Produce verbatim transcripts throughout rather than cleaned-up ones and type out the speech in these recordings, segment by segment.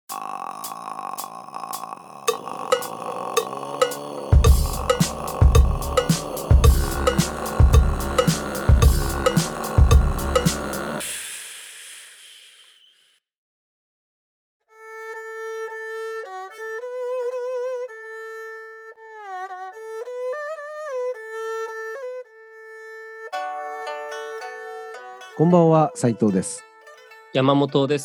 こんばんは、斉藤です。 山本です。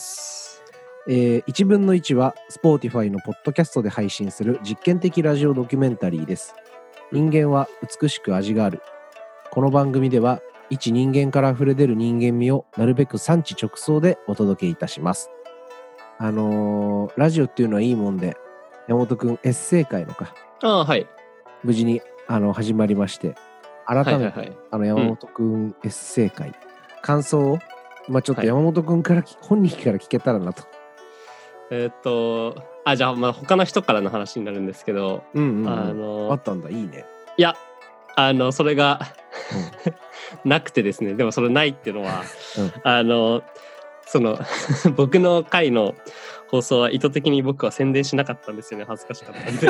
えー、いちぶんのいちは Spotify のポッドキャストで配信する実験的ラジオドキュメンタリーです。人間は美しく味がある。この番組では一人間から溢れ出る人間味をなるべく産地直送でお届けいたします。あのー、ラジオっていうのはいいもんで、山本くんエッセイ会のかああ、はい。 無事にあの始まりまして、改めて、 はいはいはい、 あの山本くんエッセイ会、うん、感想を、まあ、ちょっと山本くんから、はい、本人から聞けたらなと。 えー、っとあじゃあまあ他の人からの話になるんですけど、 うんうんうん、 あのあったんだ、いいね。 いやあのそれが、うん、なくてですね。でもそれないっていうのは、うん、あのその僕の回の放送は意図的に僕は宣伝しなかったんですよね。恥ずかしかったんで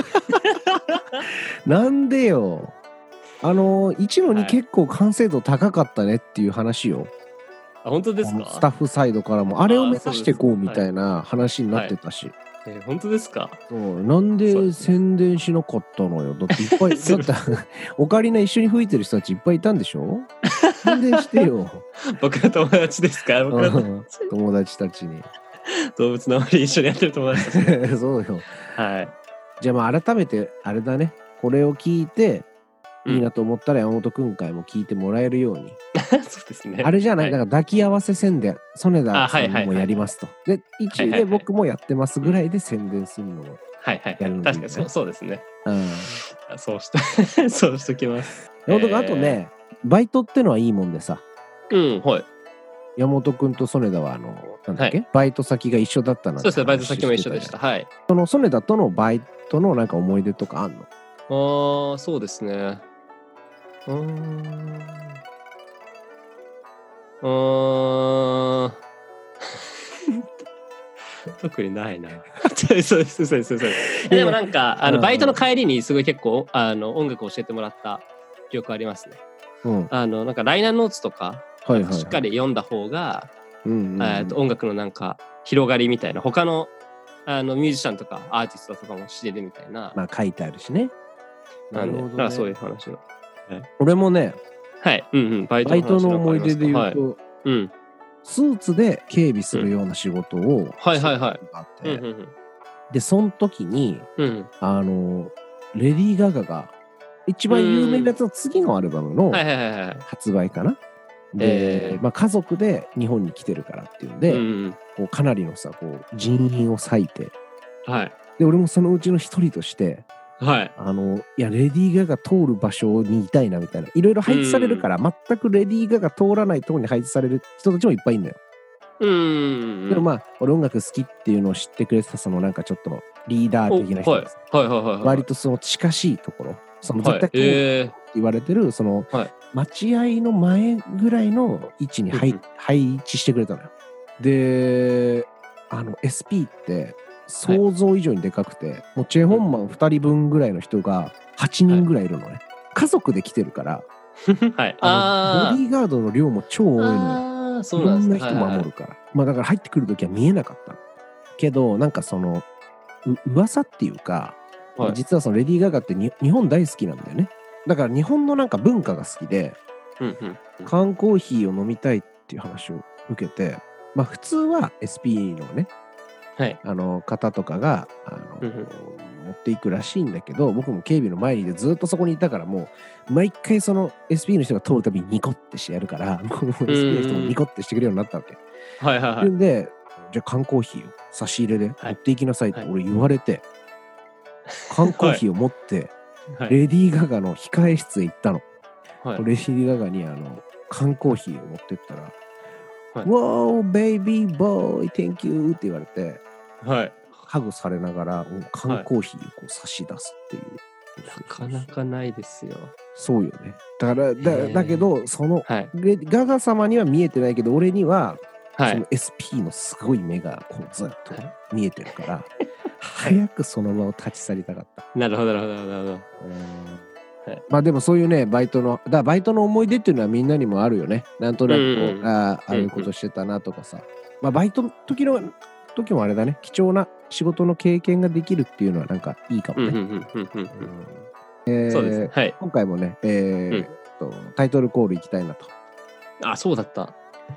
なんでよ。あのいちのに結構完成度高かったねっていう話よ。 あ、本当ですか？ スタッフサイドからもあれを目指していこうみたいな話になってたし、はいはい、えー、本当ですか？ そうなんで宣伝しなかったのよ。だっていっぱいだってオカリナ一緒に吹いてる人たちいっぱいいたんでしょ。宣伝してよ。 僕の友達ですか？僕の友達たちに動物の森一緒にやってる友達たち、ね、 そうよ。 はい。 じゃあまあ改めてあれだね、これを聞いていいなと思ったら山本くん会も聞いてもらえるようにそうですね。 あれじゃない、 はい、 だから抱き合わせ宣伝、曽根田さんもやりますと、でいちいで僕もやってますぐらいで宣伝するのをやるの、 はいはいはい、確かに そう、そうですね、うん、そうしたそうしときます。 山本くん、あとね、バイトってのはいいもんでさ、 うん、はい、 山本くんと曽根田はあのなんだっけ、はい、バイト先が一緒だったなんて。 そうですね、バイト先も一緒でした。はい。 その曽根田とのバイトのなんか思い出とかあんの？ ああ、そうですね。うーん。うーん。特にないな。そうですそうですそうです。でもなんかあのバイトの帰りにすごい結構あの音楽を教えてもらった記憶ありますね。うん、あのなんかライナーノーツとか、はいはいはい、しっかり読んだ方が、うんうんうん、えと音楽のなんか広がりみたいな、他のあのミュージシャンとかアーティストとかも知れるみたいな。 まあ書いてあるしね。 なんで、ね、だからそういう話を。 はい、俺もね、 はい、うんうん、バイト の, バイトの思い出で言うと、はい、 うん、 スーツで警備するような仕事をはいはいはいあって、でその時に、うん、あのレディー・ガガが一番有名なやつの次のアルバムの発売かな。で、まあ、家族で日本に来てるからっていうんで、うんうん、こうかなりのさこう人員を割いて、はい、で俺もそのうちの一人として、はい、あのいやレディー・ガガ通る場所にいたいなみたいな、いろいろ配置されるから、うん、全くレディー・ガガ通らないところに配置される人たちもいっぱいいるんだよ。うん、でもまあ俺音楽好きっていうのを知ってくれてたそのなんかちょっとリーダー的な人です、はいはいはいはい、割とその近しいところ、その絶対通るって言われてるその、はい、待合の前ぐらいの位置に配、うん、配置してくれたのよ。であの エスピー って想像以上にでかくて、はい、もうチェ・ホンマンふたりぶんぐらいの人がはちにんぐらいいるのね、はい、家族で来てるから、はい、あのボディーガードの量も超多いのよ。いろんな人守るから、はいはいはい、まあだから入ってくるときは見えなかったけど、なんかそのう噂っていうか、はい、実はそのレディー・ガガってに日本大好きなんだよね。だから日本のなんか文化が好きで、うんうんうん、缶コーヒーを飲みたいっていう話を受けて、まあ普通は エスピー のね、はい、あの方とかがあの、うんうん、持っていくらしいんだけど、僕も警備の前にでずっとそこにいたから、もう毎回その エスピー の人が通るたびにニコってしてやるから、もう エスピー の人もニコってしてくれるようになったわけ。はいはいはい。で、じゃあ缶コーヒーを差し入れで持っていきなさいって俺言われて、はい、缶コーヒーを持って、はい、レディー・ガガの控え室へ行ったの。はい、レディー・ガガにあの缶コーヒーを持ってったら、はい、Wow, baby boy, thank you って言われて、はい、ハグされながら缶コーヒーをこう差し出すっていう、 はい、なかなかないですよ。 そうよね。だから だ, だけどその、はい、ガガ様には見えてないけど俺にははい、その エスピー のすごい目がこうずっと見えてるから、はい、早くその場を立ち去りたかった。 なるほどなるほどなるほど。はい、 まあでもそういうねバイトのだからバイトの思い出っていうのはみんなにもあるよね。なんとなくこう、うんうん、あああいうことしてたなとかさ、うんうん、まあバイトの時の時もあれだね、貴重な仕事の経験ができるっていうのはなんかいいかもね。そうですね。はい。今回もね、えーうん、とタイトルコールいきたいなと。 あ、そうだった。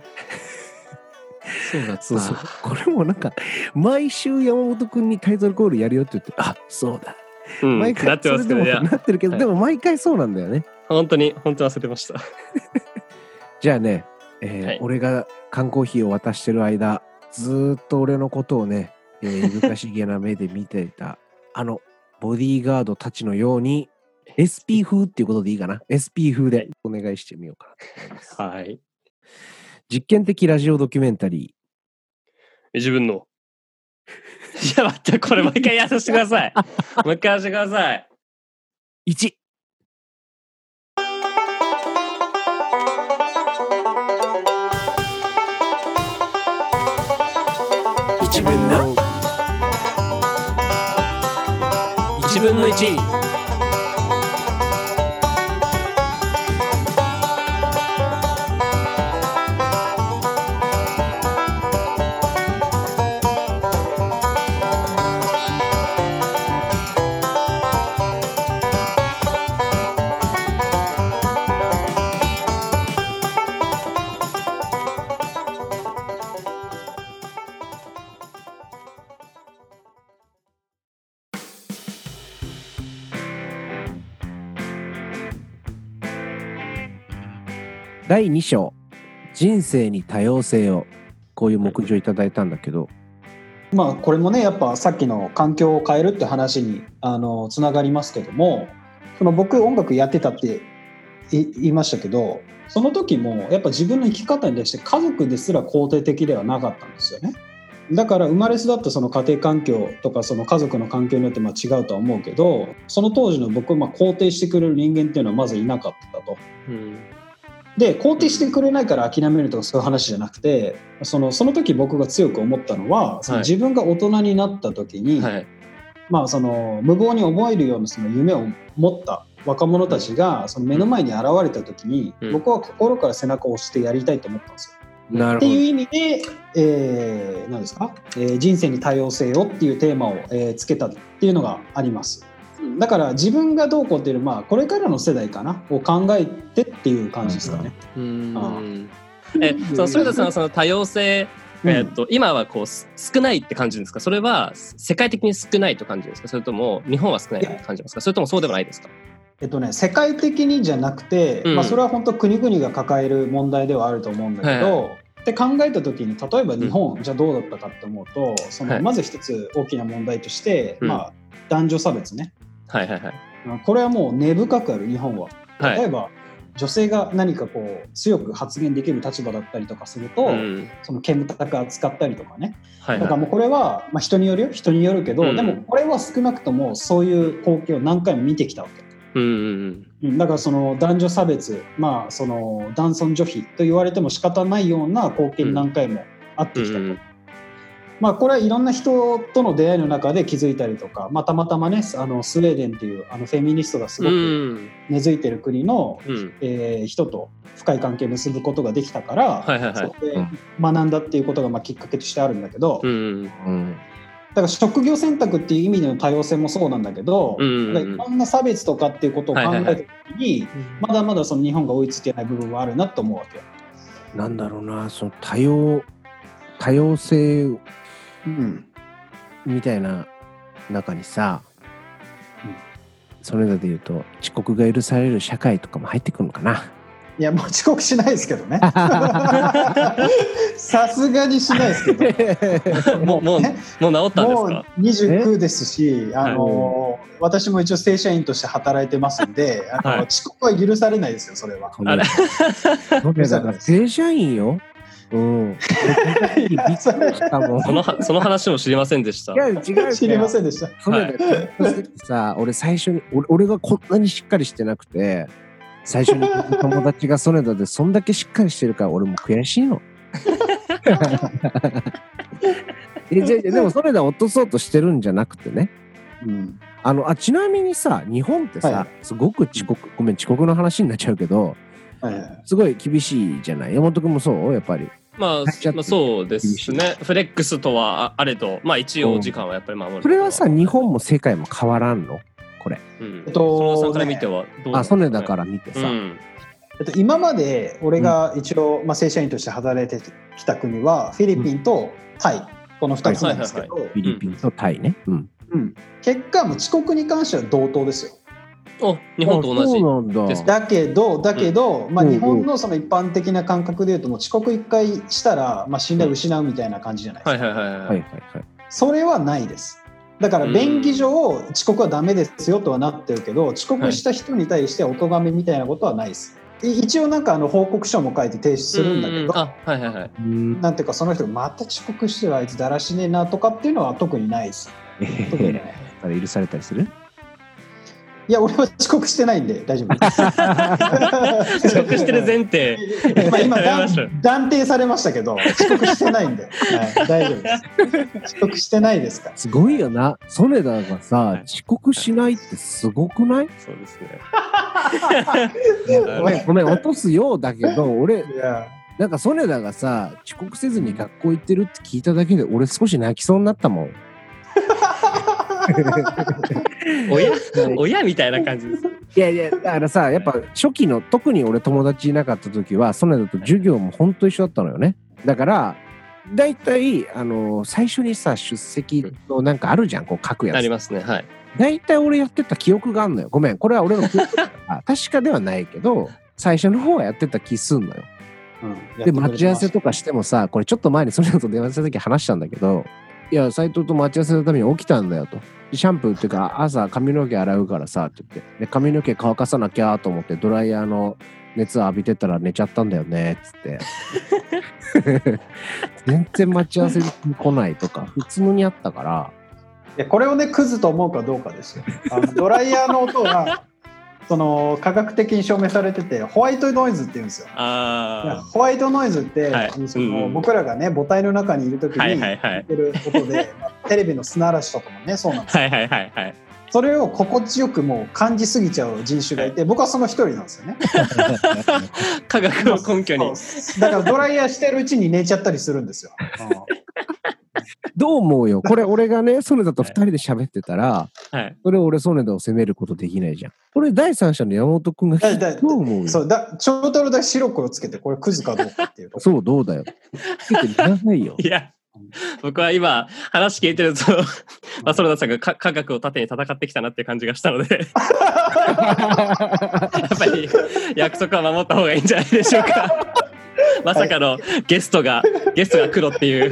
そうだった。 そうそう。これもなんか毎週山本くんにタイトルコールやるよって言って、あ、そうだ。 うん、 毎回なってますけど、 なってるけど、はい、でも毎回そうなんだよね。 本当に本当忘れました。 じゃあね、えーはい、俺が缶コーヒーを渡してる間、ずっと俺のことをね、えー、いぶかしげな目で見ていたあのボディーガードたちのように エスピー 風っていうことでいいかな。エスピー 風でお願いしてみようかなと思います。 はい。 実験的ラジオドキュメンタリー。自分の。いや待って、これもう一回やらせてください。もう一回やらせてください。 いち。一分の一分の一。だいに章、人生に多様性を、こういう目次をいただいたんだけど、 まあこれもねやっぱさっきの環境を変えるって話にあのつながりますけども、その僕音楽やってたって言いましたけど、その時もやっぱ自分の生き方に対して家族ですら肯定的ではなかったんですよね。だから生まれ育ったその家庭環境とかその家族の環境によってまあ違うとは思うけど、その当時の僕はまあ肯定してくれる人間っていうのはまずいなかったと。うんで肯定してくれないから諦めるとかそういう話じゃなくて、その、その時僕が強く思ったのは、その自分が大人になった時に、はい、まあその無謀に思えるようなその夢を持った若者たちがその目の前に現れた時に、うん、僕は心から背中を押してやりたいと思ったんですよ。なるほど。っていう意味で、えー、何ですか、えー、人生に多様性をっていうテーマを、えー、つけたっていうのがあります。だから自分がどうこうっていう、まあこれからの世代かなを考えてっていう感じですかね。うん。 え、その反田さんはその多様性、えー、っと今はこう少ないって感じるんですか？それは世界的に少ないと感じるんですか？それとも日本は少ないって感じますか？それともそうでもないですか？ えっとね、世界的にじゃなくて、うん、まあ、それは本当国々が抱える問題ではあると思うんだけど、はい、って考えた時に例えば日本、うん、じゃあどうだったかって思うと、そのまず一つ大きな問題として、はい、まあ、男女差別ね。はいはいはい、これはもう根深くある日本は。例えば、はい、女性が何かこう強く発言できる立場だったりとかすると、うん、その煙たく扱ったりとかね、はいはい、だからもうこれは、まあ、人によるよ人によるけど、うん、でもこれは少なくともそういう光景を何回も見てきたわけ、うんうんうん、だからその男女差別、まあ、その男尊女卑と言われても仕方ないような光景に何回もあってきたと、うんうんうん、まあ、これはいろんな人との出会いの中で気づいたりとか、まあ、たまたまねあのスウェーデンっていうあのフェミニストがすごく根付いてる国の、うんえー、人と深い関係を結ぶことができたから、はいはいはい、そこで学んだっていうことがまあきっかけとしてあるんだけど、うんうん、だから職業選択っていう意味での多様性もそうなんだけど、うんうんうん、いろんな差別とかっていうことを考えた時に、はいはいはい、まだまだその日本が追いつけない部分はあるなと思うわけよ。 なんだろうな、その多様多様性うん、みたいな中にさ、うん、それだで言うと遅刻が許される社会とかも入ってくるのかな。 いやもう遅刻しないですけどねさすがにしないですけどもうもうもう治ったんですか？もうにじゅうきゅうですし、あの、はい、私も一応正社員として働いてますんで、あの、はい、遅刻は許されないですよそれは。あれだから正社員よ。うん、 そのその話も知りませんでした。 違う違う知りませんでした。 それで、はい、さ俺最初に 俺, 俺がこんなにしっかりしてなくて最初に友達がソネダでそんだけしっかりしてるから俺も悔しいのえじゃでもそれで落とそうとしてるんじゃなくてね、うん、あのあちなみにさ日本ってさ、はい、すごく遅刻ごめん遅刻の話になっちゃうけど、はいはい、すごい厳しいじゃない。山本君もそうやっぱり。 まあ、まあそうですね。フレックスとはあれど、まあ一応時間はやっぱり守る。 それはさ日本も世界も変わらんのこれ。 うん、えっとそのさんから見てはどうなんですかね。 あソネダから見てさ。うんえっと、今まで俺が一応、まあ、正社員として働いてきた国はフィリピンとタイ、うん、このふたつなんですけど、はいはいはいはい、フィリピンとタイね、うんうん、結果も遅刻に関しては同等ですよ。 お日本と同じです。 だけどだけど、うんまあ、日本のその一般的な感覚でいうともう遅刻いっかいしたら、まあ、信頼を失うみたいな感じじゃないですか。 はいはいはいはい、 それはないです。だから便宜上遅刻はダメですよとはなってるけど、遅刻した人に対してお咎めみたいなことはないです。一応なんかあの報告書も書いて提出するんだけど、あ、はいはいはい、なんていうかその人がまた遅刻してるあいつだらしねえなとかっていうのは特にないです。特にない。 あれ許されたりする？ いや俺は遅刻してないんで大丈夫です。 遅刻してる前提。 まあ今断定されましたけど遅刻してないんで、はい、大丈夫です。遅刻してないですから。 すごいよな。ソネダがさ、はい、遅刻しないってすごくない？ そうですね。 ごめんごめん落とすようだけど俺なんかソネダがさ遅刻せずに学校行ってるって聞いただけで俺少し泣きそうになったもん。 親親みたいな感じです。 いやいやだからさやっぱ初期の特に俺友達いなかった時はソネダと授業も本当一緒だったのよね。だからだいたいあの最初にさ出席のなんかあるじゃんこう書くやつ。 ありますねはい。 だいたい俺やってた記憶があんのよ。ごめんこれは俺の記憶だから確かではないけど最初の方はやってた気すんのよ。うん、で待ち合わせとかしてもさこれちょっと前にソネダと電話した時話したんだけどいや斉藤と待ち合わせのために起きたんだよと。シャンプーっていうか朝髪の毛洗うからさって言ってで髪の毛乾かさなきゃと思ってドライヤーの熱浴びてたら寝ちゃったんだよねっつって全然待ち合わせに来ないとか普通にあったからいやこれをねクズと思うかどうかですよ。あのドライヤーの音はその科学的に証明されててホワイトノイズって言うんですよ。あホワイトノイズって、はいそのうん、僕らがね母体の中にいる時に聞いてる音で、はいはいはいまあ、テレビの砂嵐とかもねそうなんですよ、はいはいはいはい、それを心地よくもう感じすぎちゃう人種がいて、はい、僕はその一人なんですよね。 科学の根拠にだからドライヤーしてるうちに寝ちゃったりするんですよ。 どう思うよこれ俺がねソネダとふたりで喋ってたら、はい、それ俺ソネダを責めることできないじゃん。これ第三者の山本君が聞いてどう思うよ。 そうだ長太郎だ白黒つけてこれクズかどうかっていうとそうどうだよつけてくださいよ。 いや僕は今話聞いてると、まあ、ソネダさんが科学を盾に戦ってきたなっていう感じがしたのでやっぱり約束は守った方がいいんじゃないでしょうか。まさかのゲストが、はい、ゲストが黒っていう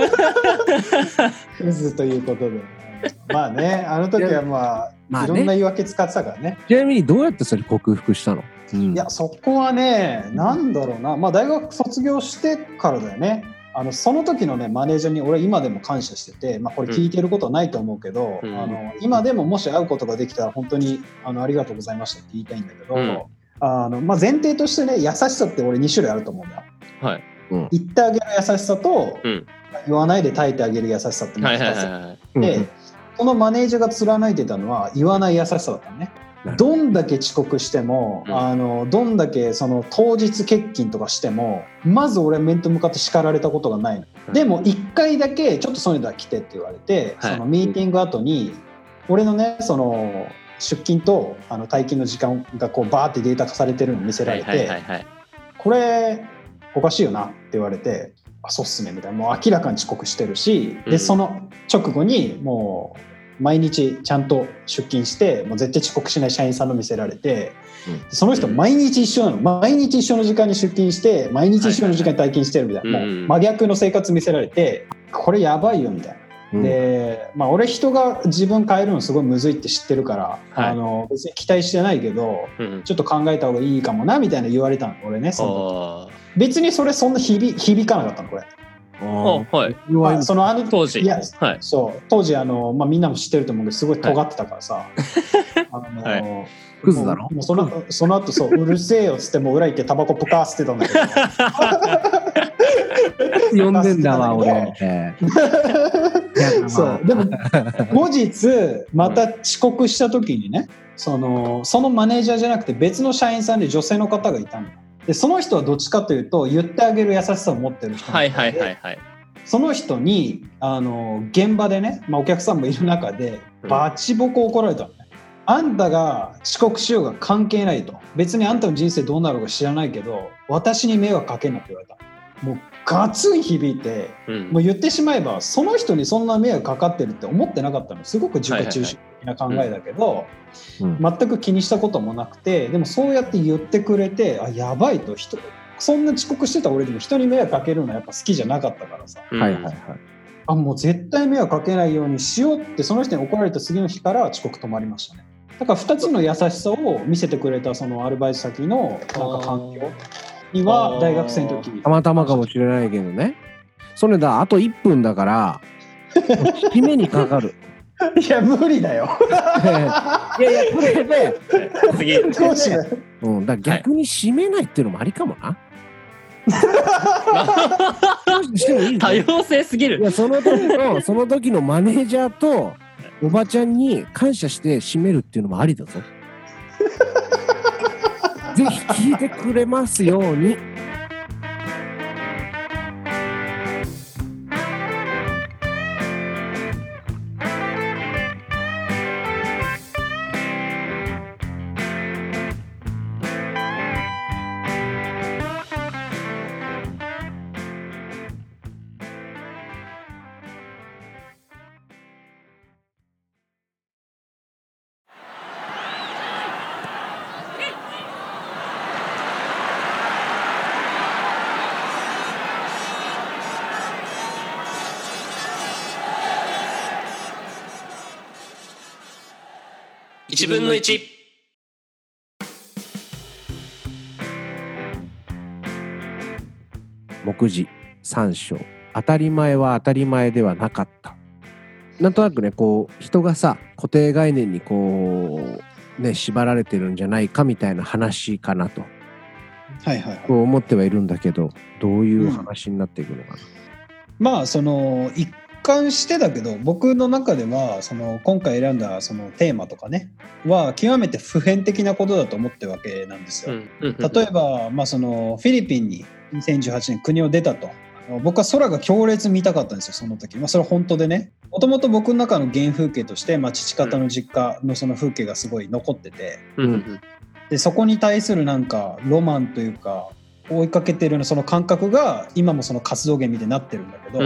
クズということでまあねあの時はまあ、まあね、いろんな言い訳使ってたからね。 ちなみにどうやってそれ克服したの？ うん、いやそこはねなんだろうなまあ大学卒業してからだよね。あのその時のねマネージャーに俺今でも感謝してて、まあ、これ聞いてることはないと思うけど、うん、あの今でももし会うことができたら本当に あのありがとうございましたって言いたいんだけど、うんあのまあ、前提としてね優しさって俺に種類あると思うんだよ、はいうん、言ってあげる優しさと、うん、言わないで耐えてあげる優しさってふたつでこのマネージャーが貫いてたのは言わない優しさだったのね。どんだけ遅刻しても、うん、あのどんだけその当日欠勤とかしてもまず俺面と向かって叱られたことがないの、うん、でもいっかいだけちょっとソネダ来てって言われて、はい、そのミーティング後に俺のねその出勤とあの退勤の時間がこうバーってデータ化されてるのを見せられて、はいはいはいはい、これおかしいよなって言われてあそうっすねみたいなもう明らかに遅刻してるし、うん、でその直後にもう毎日ちゃんと出勤してもう絶対遅刻しない社員さんの見せられて、うん、その人毎日一緒なの毎日一緒の時間に出勤して毎日一緒の時間に退勤してるみたいな、はいはいはい、もう真逆の生活見せられてこれやばいよみたいな。でまあ、俺人が自分変えるのすごいむずいって知ってるから、はい、あの別に期待してないけど、うん、ちょっと考えた方がいいかもなみたいな言われたの俺ねその時別にそれそんな響、響かなかったのこれあ、はいまあ、そのあの当時いや、 はい、 そう当時あの、まあ、みんなも知ってると思うけどすごい尖ってたからさ、はい、あの、はいクズだろもうそのその後そううるせえよっつってもう裏行ってタバコプカー吸ってたんだけど呼んでんだわ俺。 そうでも後日また遅刻した時にね、そのそのマネージャーじゃなくて別の社員さんで女性の方がいたので、その人はどっちかというと言ってあげる優しさを持ってる人なので、はいはいはいはい、その人にあの現場でね、まあ、お客さんもいる中でバチボコ怒られたのね、うん、あんたが遅刻しようが関係ないと、別にあんたの人生どうなるか知らないけど私に迷惑かけんなって言われた。もうガツン響いて、うん、もう言ってしまえばその人にそんな迷惑かかってるって思ってなかったの。すごく自己中心的な考えだけど、はいはいはい、全く気にしたこともなくて、でもそうやって言ってくれて、あやばいと、人そんな遅刻してた俺でも人に迷惑かけるのはやっぱ好きじゃなかったからさ、うん、はいはいはい、あもう絶対迷惑かけないようにしようってその人に怒られた次の日から遅刻止まりましたね。だからふたつの優しさを見せてくれたそのアルバイト先のなんか環境には大学生の時たまたまかもしれないけどね。それだあといっぷんだから締めにかかる。 いや無理だよ。 いやいやこれで次どうしよう、うん、だ逆に締めないっていうのもありかもな。 多様性すぎる。 いやその時のその時のマネージャーとおばちゃんに感謝して締めるっていうのもありだぞ。ぜひ聞いてくれますように。 いちぶんのいち。 目次さん章、当たり前は当たり前ではなかった。なんとなくねこう人がさ固定概念にこうね縛られてるんじゃないかみたいな話かなと、はいはいはい、こう思ってはいるんだけど、どういう話になっていくのかな。うん、 まあその一貫してだけど僕の中ではその今回選んだそのテーマとかねは極めて普遍的なことだと思ってるわけなんですよ。うん、例えば、まあ、そのフィリピンににせんじゅうはちねん国を出たと。僕は空が強烈見たかったんですよその時。まあ、それは本当でね、もともと僕の中の原風景として、まあ、父方の実家のその風景がすごい残ってて、うん、でそこに対するなんかロマンというか追いかけてるその感覚が今もその活動源みたいになってるんだけど、うん、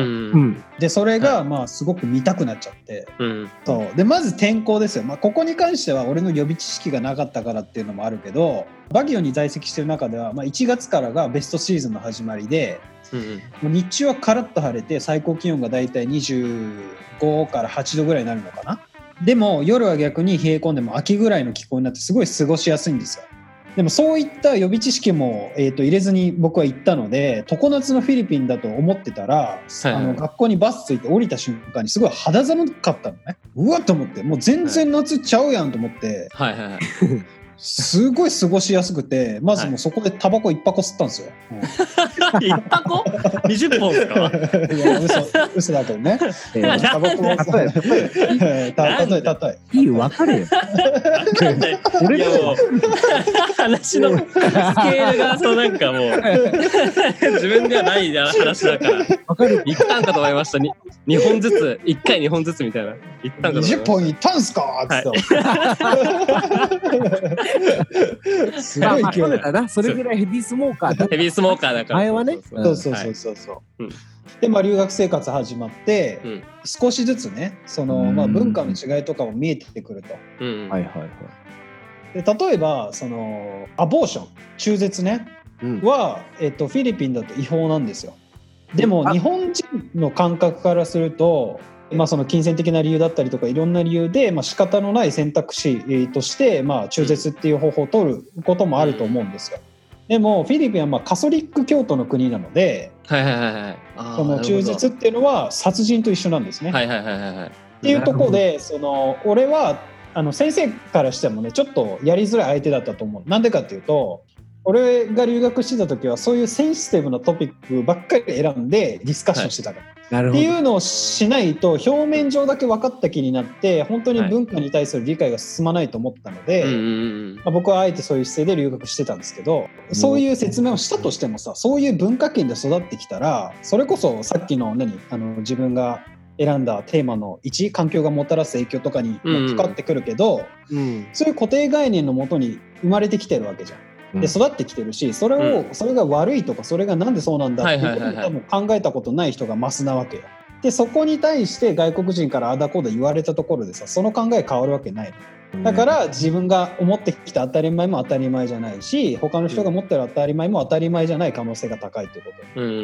でそれがまあすごく見たくなっちゃって、うん、そうでまず天候ですよ。まあ、ここに関しては俺の予備知識がなかったからっていうのもあるけど、バギオに在籍してる中では、まあ、いちがつからがベストシーズンの始まりで、うん、もう日中はカラッと晴れて最高気温がだいたいにじゅうごからはちどぐらいになるのかな。でも夜は逆に冷え込んでも秋ぐらいの気候になってすごい過ごしやすいんですよ。でもそういった予備知識も、えー、と入れずに僕は行ったので、常夏のフィリピンだと思ってたら、はいはい、あの学校にバス着いて降りた瞬間にすごい肌寒かったのね。うわっと思って、もう全然夏ちゃうやんと思って、はいはいはい、すごい過ごしやすくて、まずもうそこでタバコ一箱吸ったんですよ。 うん、一箱にじゅっぽんですか。 いや嘘嘘だけどね。えー、タバコを例え例え例えいい分かるよ。 俺いやもう話のスケールがそうなんかもう自分ではない話だから分かる。一旦かと思いました。ににほんずついっかいにほんずつみたいな。 一旦かと思いました。にじゅっぽんいったんすかーって言って。すごい勢いだな。それぐらいヘビースモーカーだ。 ヘビースモーカーだから。 前はね。 そうそうそうそうそう。はい、でまあ留学生活始まって、うん、少しずつねその、まあ、文化の違いとかも見えてくると。うん、はいはいはい。で例えばそのアボーション中絶ね、うん、は、えっと、フィリピンだと違法なんですよ。でも日本人の感覚からすると、まあ、その金銭的な理由だったりとかいろんな理由で、まあ、仕方のない選択肢として、まあ、中絶っていう方法を取ることもあると思うんですよ。でもフィリピンはまあカソリック教徒の国なので、はいはいはいはい、その中絶っていうのは殺人と一緒なんですね。はいはいはいはい、っていうところでその俺はあの先生からしてもねちょっとやりづらい相手だったと思う。なんでかっていうと俺が留学してた時はそういうセンシティブなトピックばっかり選んでディスカッションしてたから、はい、なるほど。っていうのをしないと表面上だけ分かった気になって本当に文化に対する理解が進まないと思ったので、はい、まあ、僕はあえてそういう姿勢で留学してたんですけど、そういう説明をしたとしてもさ、そういう文化圏で育ってきたらそれこそさっきの何あの自分が選んだテーマのいち、環境がもたらす影響とかにかかってくるけど、うんうん、そういう固定概念のもとに生まれてきてるわけじゃん。で育ってきてるし、それを、うん、それが悪いとかそれがなんでそうなんだっていうことを多分考えたことない人がマスなわけよ。でそこに対して外国人からあだこだ言われたところでさ、その考え変わるわけないの。だから自分が思ってきた当たり前も当たり前じゃないし、他の人が持ってる当たり前も当たり前じゃない可能性が高いっていうこと。うん、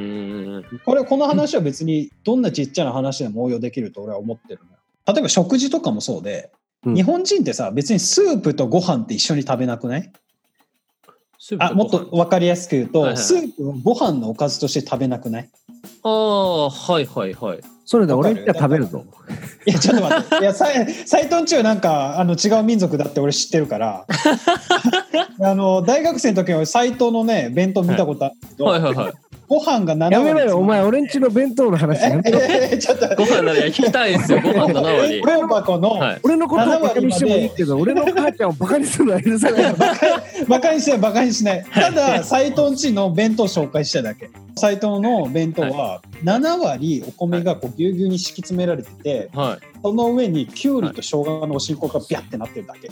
これこの話は別にどんなちっちゃな話でも応用できると俺は思ってるのよ。例えば食事とかもそうで、うん、日本人ってさ別にスープとご飯って一緒に食べなくない？あ、もっと分かりやすく言うと、はいはい、スープをご飯のおかずとして食べなくない？ ああ、はいはいはい。 それで俺じゃ食べるぞ。 いやちょっと待って、いや斎藤んちはなんかあの違う民族だって俺知ってるからあの大学生の時は斎藤のね弁当見たことあるけど、はいはいはいはい、ご飯がななわり。 やめろよお前、俺んちの弁当の話やめろ。 えー、ちょっとご飯なら聞きたいですよ。ご飯ななわり。 弁当箱の、はい、 俺のことはバカにしてもいいけど、俺の母ちゃんをバカにするのは許さない。 バカにしないバカにしない。ただ斎藤んちの弁当紹介しただけ。斎藤の弁当はななわりお米がこうぎゅうぎゅうに敷き詰められてて、はい、その上にきゅうりと生姜のおしんこがビャってなってるだけ。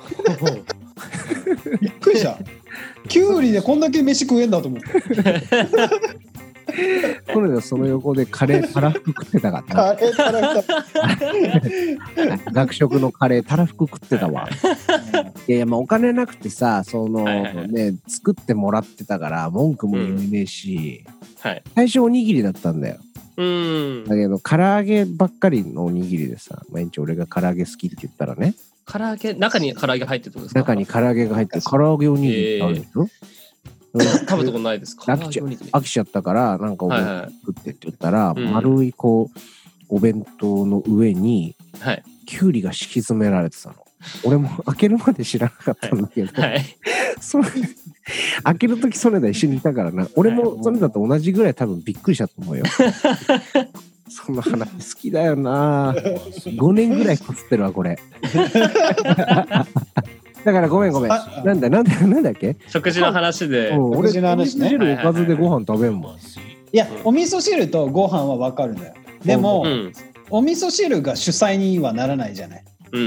びっくりした。きゅうりでこんだけ飯食えんだと思って。 これでその横でカレーたらふく食ってたからな。カレーたらふく学食のカレーたらふく食ってたわ。いやいや、まあお金なくてさ、その、はいはいはい、ね作ってもらってたから文句も言えねえし、うん、はい、最初おにぎりだったんだよ。うん、だけど唐揚げばっかりのおにぎりでさ、毎日俺が唐揚げ好きって言ったらね、 唐揚げ中に唐揚げ入ってるってことですか？ 中に唐揚げが入ってる唐揚げおにぎりってあるでしょ、えー食べたことないですか？ 飽きちゃ、飽きちゃったからなんかお弁当作ってって言ったら、はいはい、丸いこうお弁当の上にきゅうりが敷き詰められてたの。俺も開けるまで知らなかったんだけど、はいはい、それ開けるときそれだ一緒にいたからな。俺もそれだと同じぐらい多分びっくりしたと思うよ。そんな話好きだよな。ごねんぐらいこすってるわこれ。だからごめんごめん。なんだなんだなんだっけ？ 食事の話で。 食事の話ね。 お味噌汁おかずでご飯食べんもん。いや、お味噌汁とご飯は分かるんだよ。でも、うん、お味噌汁が主菜にはならないじゃない。うん、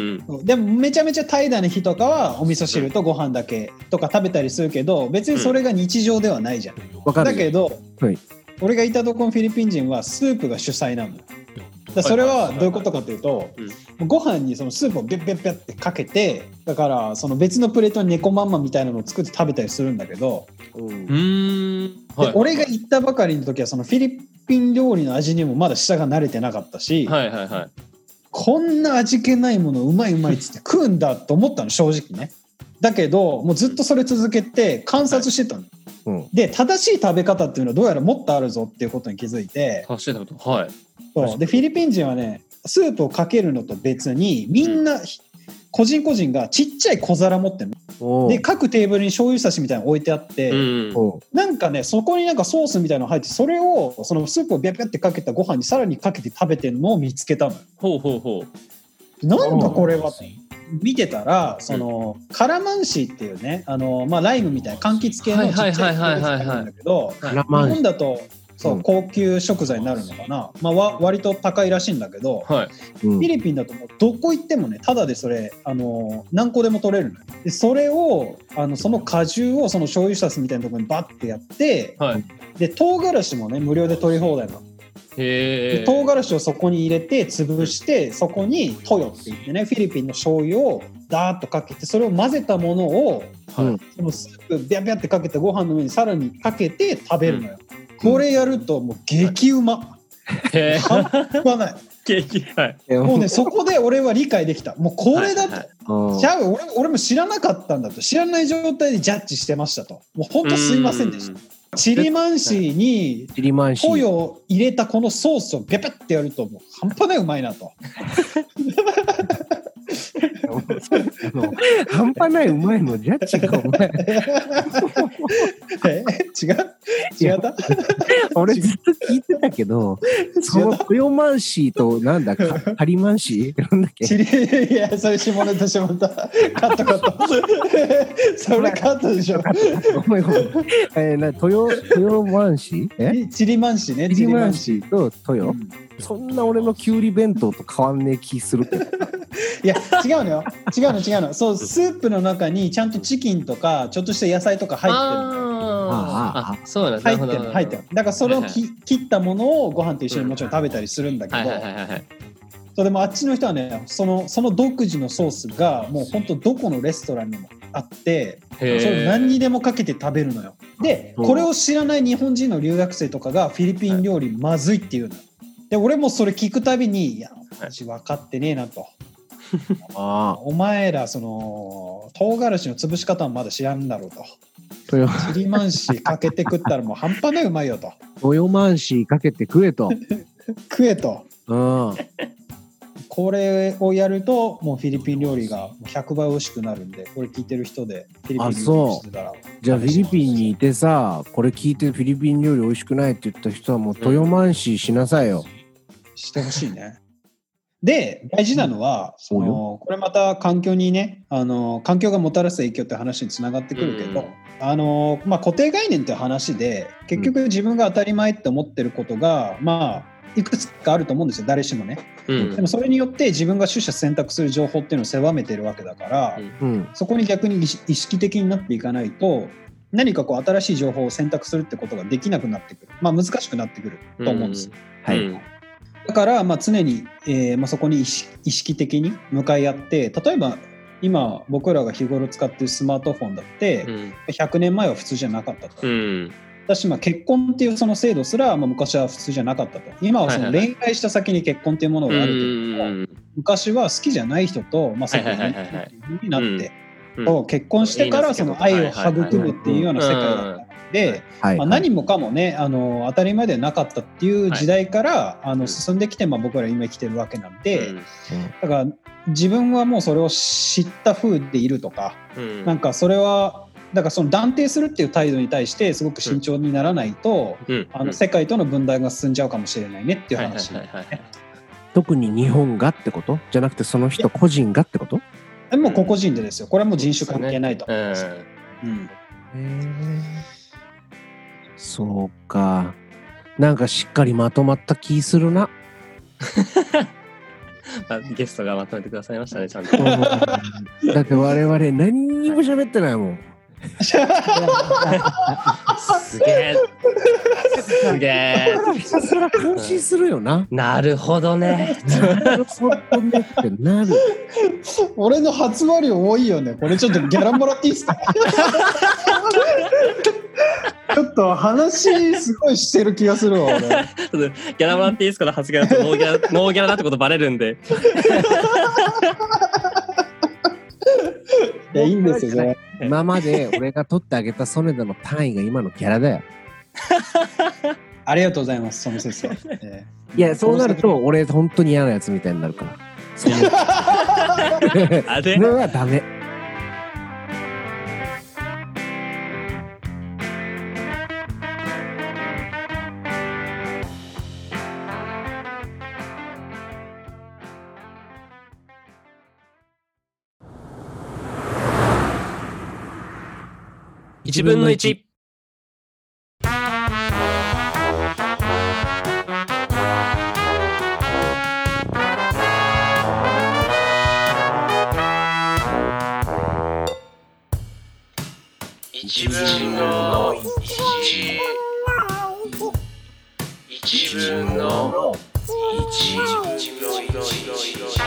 でもめちゃめちゃ怠惰な日とかはお味噌汁とご飯だけとか食べたりするけど、別にそれが日常ではないじゃん。うん、だけど、はい、俺がいたとこのフィリピン人はスープが主菜なの。だそれはどういうことかというと、うん、ご飯にそのスープをビャッビャッビャッってかけて、だからその別のプレートに猫まんまみたいなのを作って食べたりするんだけど、うん、で、はい、俺が行ったばかりの時はそのフィリピン料理の味にもまだ舌が慣れてなかったし、はいはいはい、こんな味気ないものうまいうまいっつって食うんだと思ったの正直ね。だけどもうずっとそれ続けて観察してたの、はい、うん、で正しい食べ方っていうのはどうやらもっとあるぞっていうことに気づいて、 正しい食べ方、はい、 そうでフィリピン人はねスープをかけるのと別にみんな、うん、個人個人がちっちゃい小皿持ってるので、各テーブルに醤油差しみたいなの置いてあって、うん、なんかねそこになんかソースみたいなの入って、それをそのスープをビャビャってかけたご飯にさらにかけて食べてるのを見つけたの。 ほうほうほう。なんだこれはって見てたら、その、うん、カラマンシーっていうね、あの、まあ、ライムみたいな柑橘系のちっちゃいフルーツがあるんだけど、日本だとそう、うん、高級食材になるのかな、まあ、わ割と高いらしいんだけど、はい、うん、フィリピンだともうどこ行ってもねタダでそれあの何個でも取れるのよ。でそれをあのその果汁をその醤油サスみたいなところにバッてやって、はい、で唐辛子もね無料で取り放題なの。へー。で唐辛子をそこに入れて潰して、そこにトヨって言ってねフィリピンの醤油をダーッとかけて、それを混ぜたものを、はい、そのスープビャビャってかけてご飯の上にさらにかけて食べるのよ、うん、これやるともう激うま、へー、半端ない激、はい、 もうねそこで俺は理解できた。もうこれだと、はいはい、じゃあ 俺, 俺も知らなかったんだと、知らない状態でジャッジしてましたと、もう本当すいませんでした。チリマンシーにトヨを入れたこのソースをビャビャってやるともう半端ないうまいなと半端ないうまいのジャッジがお前え違う違った俺ずっと聞いてたけど、その豊満市となんだかカリマン市なんだっけ。 チリいやそれ下ネタ下ネタカットカットそれカットでしょ。 ごめんごめん。えー、な豊豊満市？え？ チリマン市ね。 チリマン市と豊。うん、そんな俺のきゅうり弁当と変わんねえ気するけど。 いや違うのよ違うの違うの。そうスープの中にちゃんとチキンとかちょっとした野菜とか入ってるの。 ああそうなんだ。入ってる入ってる。だからそれをき、はいはい、切ったものをご飯と一緒にもちろん食べたりするんだけど、それもあっちの人はねそのその独自のソースがもう本当どこのレストランにもあって、それ何にでもかけて食べるのよ。でこれを知らない日本人の留学生とかがフィリピン料理まずいっていうの。で俺もそれ聞くたびにいや私分かってねえなと。あお前らその唐辛子の潰し方もまだ知らんだろうと。チリマンシーかけて食ったらもう半端ないうまいよと。 豊満シーかけて食えと食えと、 うん、 これをやるともうフィリピン料理がひゃくばい美味しくなるんで、これ聞いてる人でフィリピン料理してたら、 じゃあフィリピンにいてさこれ聞いてフィリピン料理美味しくないって言った人はもう豊満シーしなさいよ、 うん、してほしいね。で大事なのは、うん、そのこれまた環境にねあの環境がもたらす影響って話につながってくるけど、うんあのまあ、固定概念って話で結局自分が当たり前って思ってることが、うん、まあいくつかあると思うんですよ誰しもね、うん、でもそれによって自分が取捨選択する情報っていうのを狭めてるわけだから、うん、そこに逆に意識的になっていかないと何かこう新しい情報を選択するってことができなくなってくる、まあ、難しくなってくると思うんです、うん、はい、うんだからまあ常に、えーまあ、そこに意識的に向かい合って、例えば今僕らが日頃使っているスマートフォンだって、うん、ひゃくねんまえは普通じゃなかったと、うん、だしまあ結婚っていうその制度すら、まあ、昔は普通じゃなかったと。今はその恋愛した先に結婚っていうものがあるけど、はいはいはい、昔は好きじゃない人と、まあ、世界になって、うん、結婚してからその愛を育むっていうような世界だったで、はいはいまあ、何もかもねあの当たり前ではなかったっていう時代から、はい、あの進んできて、まあ、僕ら今生きてるわけなんで、うん、だから自分はもうそれを知った風でいるとか、うん、なんかそれはだからその断定するっていう態度に対してすごく慎重にならないと、うん、あの世界との分断が進んじゃうかもしれないねっていう話、はいはいはいはい、 特に日本がってことじゃなくてその人個人がってこと？ もう個々人でですよ。これはもう人種関係ないと思います。うんうんそうか。なんかしっかりまとまった気するな。 ゲストがまとめてくださいましたね、ちゃんと。 だって我々何にも喋ってないもん。 すげえ。すげえ。 さすが感心するよな。 なるほどね。 なるほどねってなる。 俺の発話量多いよね。これちょっとギャラもらっていいですか？ちょっと話すごいしてる気がするわ俺。ギャラもらっていいですかの発言だとノーギャラ、ノーギャラだってことバレるんで。 いやいいんですよね。 今まで俺が取ってあげたソネダの単位が今のギャラだよ。 ありがとうございますその説は。えー、いやそうなると俺本当に嫌なやつみたいになるから。そあれ？ それはダメ。 一分の一。一分の一。一分の一。